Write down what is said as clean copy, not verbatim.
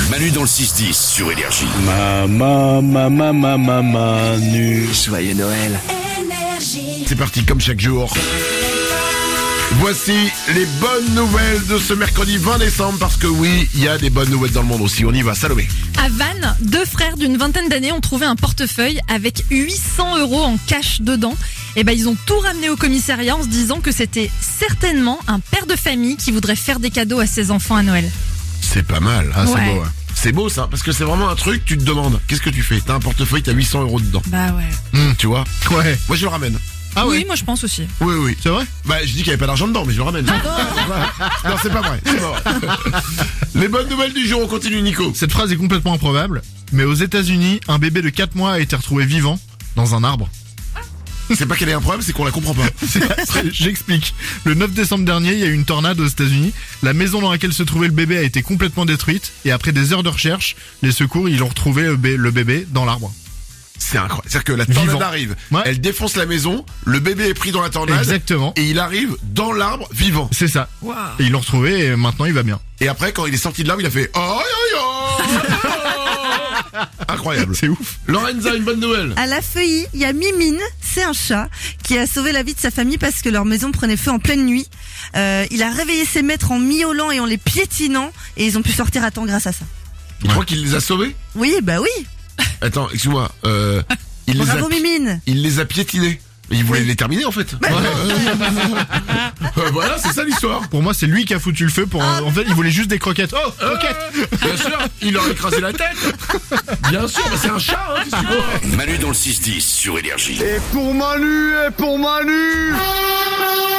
Manu dans le 6-10 sur Énergie. Manu. Joyeux Noël. C'est parti comme chaque jour. Voici les bonnes nouvelles de ce mercredi 20 décembre parce que oui, il y a des bonnes nouvelles dans le monde aussi. On y va, Salomé. À Vannes, 2 frères d'une vingtaine d'années ont trouvé un portefeuille avec 800 € en cash dedans. Et ils ont tout ramené au commissariat en se disant que c'était certainement un père de famille qui voudrait faire des cadeaux à ses enfants à Noël. C'est pas mal. Ouais. C'est beau. Hein. C'est beau ça, parce que c'est vraiment un truc, tu te demandes, qu'est-ce que tu fais? T'as un portefeuille, t'as 800 € dedans. Bah ouais. Tu vois? Ouais. Moi je le ramène. Ah oui, moi je pense aussi. Oui. C'est vrai? Je dis qu'il n'y avait pas d'argent dedans, mais je le ramène. Non, c'est pas vrai. Les bonnes nouvelles du jour, on continue, Nico. Cette phrase est complètement improbable, mais aux États-Unis, un bébé de 4 mois a été retrouvé vivant dans un arbre. C'est pas qu'elle est un problème, c'est qu'on la comprend pas. J'explique. Le 9 décembre dernier, il y a eu une tornade aux États-Unis. La maison dans laquelle se trouvait le bébé a été complètement détruite. Et après des heures de recherche, les secours, ils ont retrouvé le bébé dans l'arbre. C'est incroyable. C'est-à-dire que la tornade Vivant. arrive, Ouais. elle défonce la maison, le bébé est pris dans la tornade. Exactement. Et il arrive dans l'arbre vivant. C'est ça. Waouh. Et ils l'ont retrouvé et maintenant il va bien. Et après, quand il est sorti de l'arbre, il a fait aïe aïe aïe. Incroyable. C'est ouf. Lorenza, une bonne nouvelle. À La Feuilly, il y a Mimine, c'est un chat, qui a sauvé la vie de sa famille parce que leur maison prenait feu en pleine nuit. Il a réveillé ses maîtres en miaulant et en les piétinant et ils ont pu sortir à temps grâce à ça. Tu crois qu'il les a sauvés? Oui, bah oui. Attends, excuse-moi. Bravo Mimine. Il les a piétinés. Mais il voulait les terminer en fait. Voilà, c'est ça l'histoire. Pour moi, c'est lui qui a foutu le feu pour. En fait, il voulait juste des croquettes. Oh, croquettes. Bien sûr, il leur a écrasé la tête. Bien sûr, c'est un chat, hein, qu'est-ce que tu veux? Manu dans le 6-10 sur Énergie. Et pour Manu